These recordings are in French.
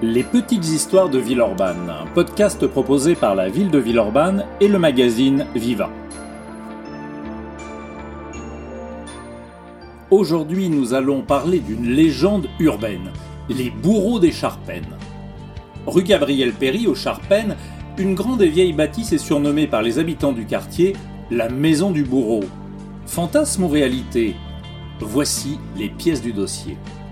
Les petites histoires de Villeurbanne, un podcast proposé par la ville de Villeurbanne et le magazine Viva. Aujourd'hui, nous allons parler d'une légende urbaine, les bourreaux des Charpennes. Rue Gabriel-Péri aux Charpennes, une grande et vieille bâtisse est surnommée par les habitants du quartier la Maison du Bourreau. Fantasme ou réalité ? Voici les pièces du dossier.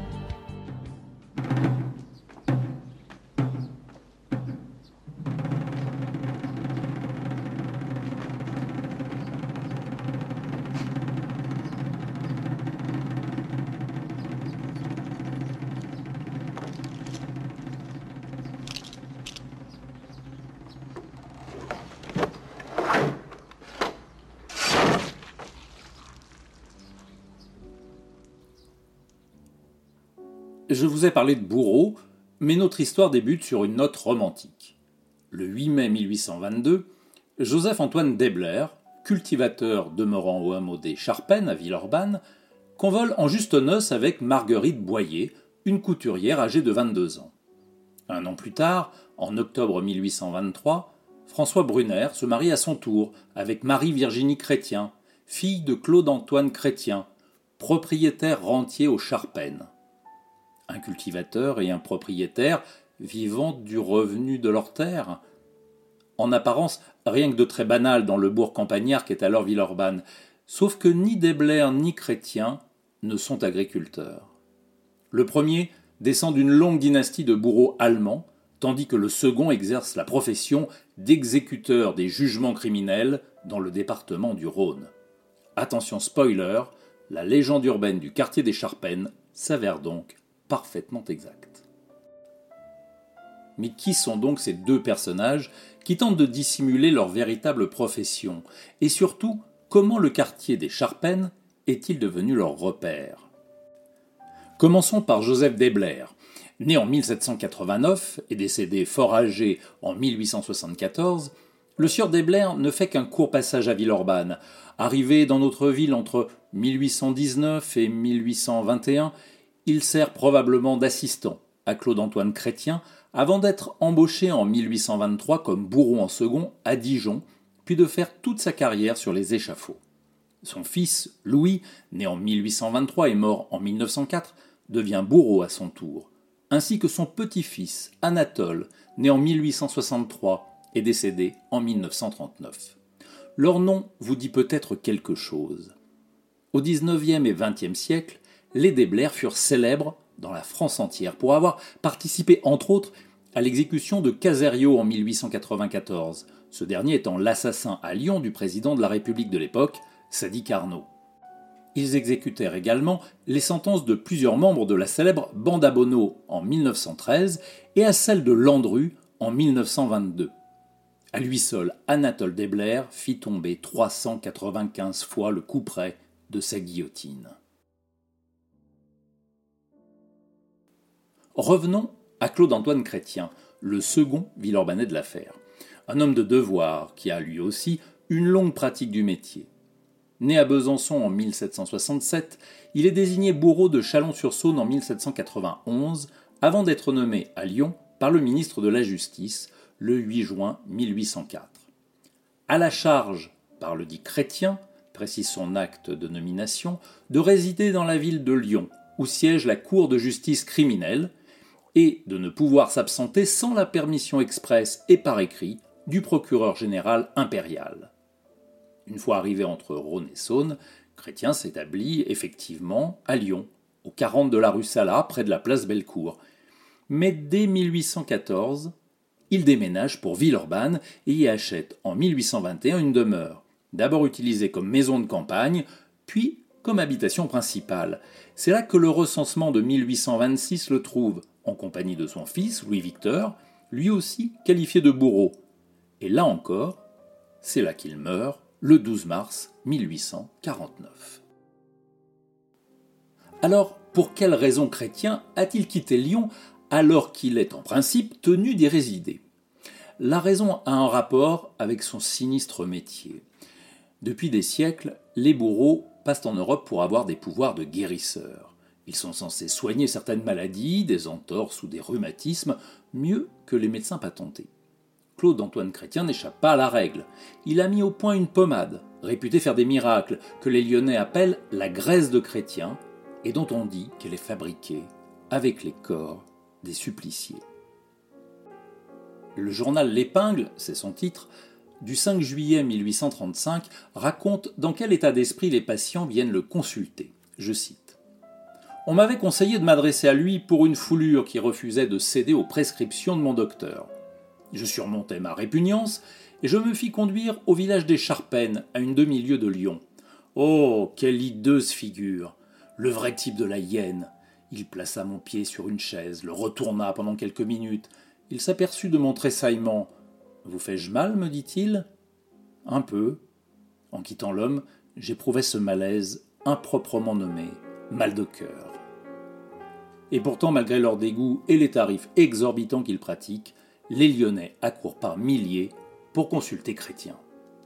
Je vous ai parlé de bourreaux, mais notre histoire débute sur une note romantique. Le 8 mai 1822, Joseph-Antoine Debler, cultivateur demeurant au hameau des Charpennes à Villeurbanne, convole en justes noces avec Marguerite Boyer, une couturière âgée de 22 ans. Un an plus tard, en octobre 1823, François Brunner se marie à son tour avec Marie-Virginie Chrétien, fille de Claude-Antoine Chrétien, propriétaire rentier aux Charpennes. Un cultivateur et un propriétaire vivant du revenu de leurs terres. En apparence, rien que de très banal dans le bourg campagnard qu'est alors Villeurbanne, sauf que ni Debler ni Chrétien ne sont agriculteurs. Le premier descend d'une longue dynastie de bourreaux allemands, tandis que le second exerce la profession d'exécuteur des jugements criminels dans le département du Rhône. Attention spoiler, la légende urbaine du quartier des Charpennes s'avère donc parfaitement exact. Mais qui sont donc ces deux personnages qui tentent de dissimuler leur véritable profession ? Et surtout, comment le quartier des Charpennes est-il devenu leur repère ? Commençons par Joseph Debler. Né en 1789 et décédé fort âgé en 1874, le sieur Debler ne fait qu'un court passage à Villeurbanne. Arrivé dans notre ville entre 1819 et 1821, il sert probablement d'assistant à Claude-Antoine Chrétien avant d'être embauché en 1823 comme bourreau en second à Dijon, puis de faire toute sa carrière sur les échafauds. Son fils, Louis, né en 1823 et mort en 1904, devient bourreau à son tour, ainsi que son petit-fils, Anatole, né en 1863 et décédé en 1939. Leur nom vous dit peut-être quelque chose. Au XIXe et XXe siècle, les Debler furent célèbres dans la France entière pour avoir participé entre autres à l'exécution de Caserio en 1894, ce dernier étant l'assassin à Lyon du président de la République de l'époque, Sadi Carnot. Ils exécutèrent également les sentences de plusieurs membres de la célèbre bande à Bonneau en 1913 et à celle de Landru en 1922. À lui seul, Anatole Debler fit tomber 395 fois le couperet de sa guillotine. Revenons à Claude-Antoine Chrétien, le second Villeurbanais de l'affaire. Un homme de devoir qui a lui aussi une longue pratique du métier. Né à Besançon en 1767, il est désigné bourreau de Chalon-sur-Saône en 1791, avant d'être nommé à Lyon par le ministre de la Justice le 8 juin 1804. À la charge, par le dit Chrétien, précise son acte de nomination, de résider dans la ville de Lyon, où siège la Cour de justice criminelle, et de ne pouvoir s'absenter sans la permission expresse et par écrit du procureur général impérial. Une fois arrivé entre Rhône et Saône, Chrétien s'établit effectivement à Lyon, au 40 de la rue Salat, près de la place Bellecour. Mais dès 1814, il déménage pour Villeurbanne et y achète en 1821 une demeure, d'abord utilisée comme maison de campagne, puis comme habitation principale. C'est là que le recensement de 1826 le trouve, en compagnie de son fils, Louis-Victor, lui aussi qualifié de bourreau. Et là encore, c'est là qu'il meurt, le 12 mars 1849. Alors, pour quelle raison Chrétien a-t-il quitté Lyon alors qu'il est en principe tenu d'y résider ? La raison a un rapport avec son sinistre métier. Depuis des siècles, les bourreaux passent en Europe pour avoir des pouvoirs de guérisseurs. Ils sont censés soigner certaines maladies, des entorses ou des rhumatismes, mieux que les médecins patentés. Claude-Antoine Chrétien n'échappe pas à la règle. Il a mis au point une pommade, réputée faire des miracles, que les Lyonnais appellent la graisse de Chrétien, et dont on dit qu'elle est fabriquée avec les corps des suppliciés. Le journal L'Épingle, c'est son titre, du 5 juillet 1835, raconte dans quel état d'esprit les patients viennent le consulter. Je cite. « On m'avait conseillé de m'adresser à lui pour une foulure qui refusait de céder aux prescriptions de mon docteur. Je surmontai ma répugnance et je me fis conduire au village des Charpennes, à une demi-lieue de Lyon. Oh, quelle hideuse figure! Le vrai type de la hyène! Il plaça mon pied sur une chaise, le retourna pendant quelques minutes. Il s'aperçut de mon tressaillement. « Vous fais-je mal ?» me dit-il. « Un peu. » En quittant l'homme, j'éprouvais ce malaise improprement nommé mal de cœur. Et pourtant, malgré leur dégoût et les tarifs exorbitants qu'ils pratiquent, les Lyonnais accourent par milliers pour consulter Chrétien.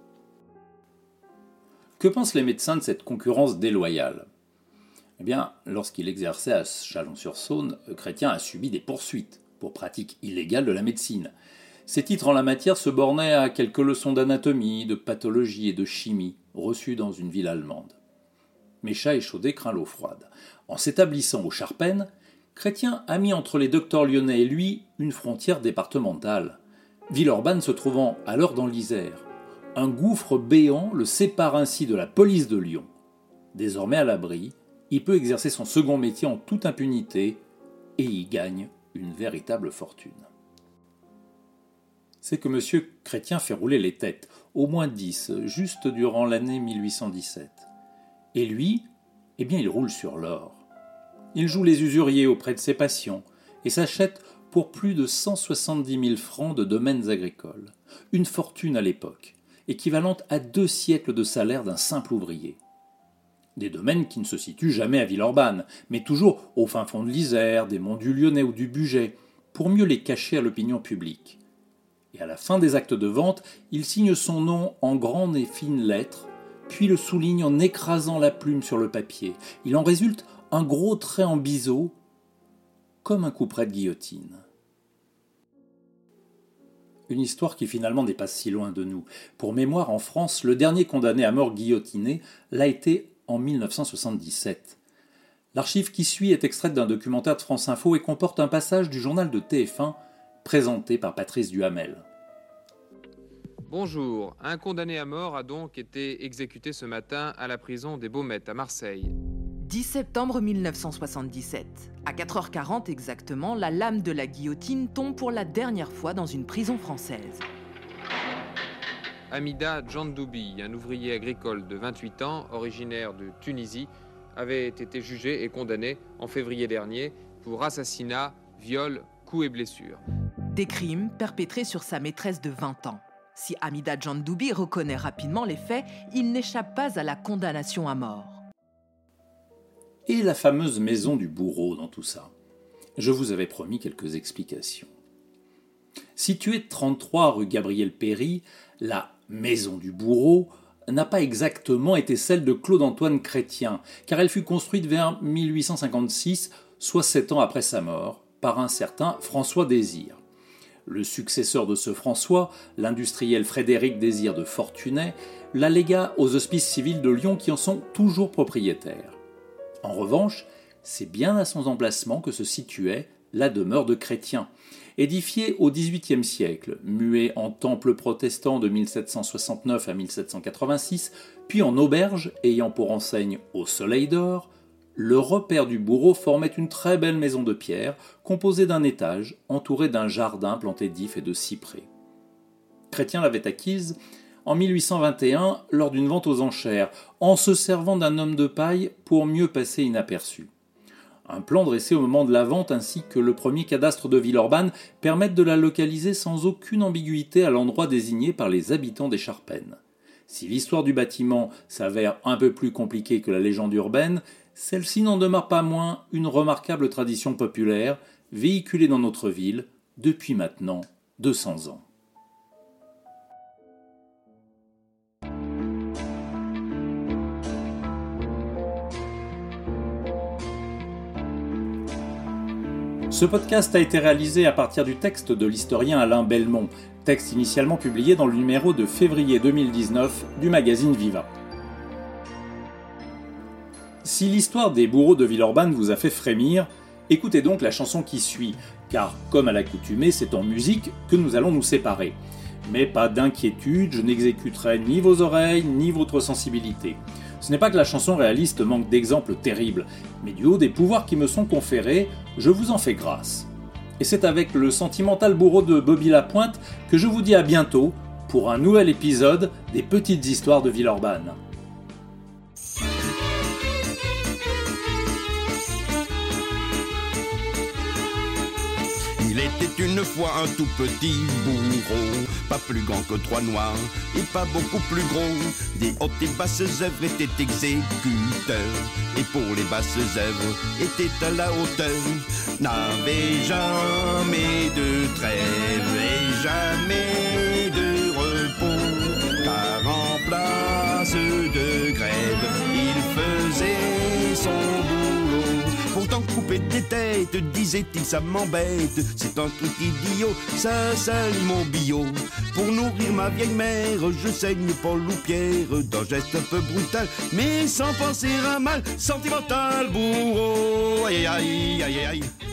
Que pensent les médecins de cette concurrence déloyale ? Eh bien, lorsqu'il exerçait à Chalon-sur-Saône, Chrétien a subi des poursuites pour pratique illégale de la médecine. Ses titres en la matière se bornaient à quelques leçons d'anatomie, de pathologie et de chimie reçues dans une ville allemande. Mais chat échaudé craint l'eau froide. En s'établissant aux Charpennes, Chrétien a mis entre les docteurs lyonnais et lui une frontière départementale. Villeurbanne se trouvant alors dans l'Isère. Un gouffre béant le sépare ainsi de la police de Lyon. Désormais à l'abri, il peut exercer son second métier en toute impunité et y gagne une véritable fortune. C'est que M. Chrétien fait rouler les têtes, au moins 10, juste durant l'année 1817. Et lui, eh bien il roule sur l'or. Il joue les usuriers auprès de ses patients et s'achète pour plus de 170 000 francs de domaines agricoles. Une fortune à l'époque, équivalente à 2 siècles de salaire d'un simple ouvrier. Des domaines qui ne se situent jamais à Villeurbanne, mais toujours au fin fond de l'Isère, des monts du Lyonnais ou du Bugey, pour mieux les cacher à l'opinion publique. Et à la fin des actes de vente, il signe son nom en grandes et fines lettres, puis le souligne en écrasant la plume sur le papier. Il en résulte un gros trait en biseau, comme un couperet de guillotine. Une histoire qui finalement n'est pas si loin de nous. Pour mémoire, en France, le dernier condamné à mort guillotiné l'a été en 1977. L'archive qui suit est extraite d'un documentaire de France Info et comporte un passage du journal de TF1 présenté par Patrice Duhamel. Bonjour, un condamné à mort a donc été exécuté ce matin à la prison des Baumettes à Marseille. 10 septembre 1977. À 4h40 exactement, la lame de la guillotine tombe pour la dernière fois dans une prison française. Hamida Djandoubi, un ouvrier agricole de 28 ans, originaire de Tunisie, avait été jugé et condamné en février dernier pour assassinat, viol, coups et blessures. Des crimes perpétrés sur sa maîtresse de 20 ans. Si Hamida Djandoubi reconnaît rapidement les faits, il n'échappe pas à la condamnation à mort. Et la fameuse maison du bourreau dans tout ça. Je vous avais promis quelques explications. Située 33 rue Gabriel-Péri, la maison du bourreau n'a pas exactement été celle de Claude-Antoine Chrétien, car elle fut construite vers 1856, soit 7 ans après sa mort, par un certain François Désir. Le successeur de ce François, l'industriel Frédéric Désir de Fortunet, la légua aux hospices civils de Lyon qui en sont toujours propriétaires. En revanche, c'est bien à son emplacement que se situait la demeure de Chrétien, édifiée au XVIIIe siècle, muée en temple protestant de 1769 à 1786, puis en auberge ayant pour enseigne au Soleil d'Or. Le repaire du bourreau formait une très belle maison de pierre, composée d'un étage, entourée d'un jardin planté d'ifs et de cyprès. Chrétien l'avait acquise en 1821 lors d'une vente aux enchères, en se servant d'un homme de paille pour mieux passer inaperçu. Un plan dressé au moment de la vente ainsi que le premier cadastre de Villeurbanne permettent de la localiser sans aucune ambiguïté à l'endroit désigné par les habitants des Charpennes. Si l'histoire du bâtiment s'avère un peu plus compliquée que la légende urbaine, celle-ci n'en demeure pas moins une remarquable tradition populaire, véhiculée dans notre ville depuis maintenant 200 ans. Ce podcast a été réalisé à partir du texte de l'historien Alain Belmont, texte initialement publié dans le numéro de février 2019 du magazine Viva. Si l'histoire des bourreaux de Villeurbanne vous a fait frémir, écoutez donc la chanson qui suit, car comme à l'accoutumée, c'est en musique que nous allons nous séparer. Mais pas d'inquiétude, je n'exécuterai ni vos oreilles, ni votre sensibilité. Ce n'est pas que la chanson réaliste manque d'exemples terribles, mais du haut des pouvoirs qui me sont conférés, je vous en fais grâce. Et c'est avec le sentimental bourreau de Bobby Lapointe que je vous dis à bientôt pour un nouvel épisode des Petites Histoires de Villeurbanne. Il était une fois un tout petit bourreau, pas plus grand que 3 noirs et pas beaucoup plus gros. Des hautes et basses œuvres étaient exécuteurs, et pour les basses œuvres était à la hauteur. N'avait jamais de trêve et jamais de repos, car en place de grève il faisait son boulot. Pourtant couper des têtes, disait-il, ça m'embête. C'est un truc idiot, ça salit mon bio. Pour nourrir ma vieille mère, je saigne Paul ou Pierre d'un geste un peu brutal, mais sans penser à mal. Sentimental bourreau, aïe aïe aïe aïe aïe.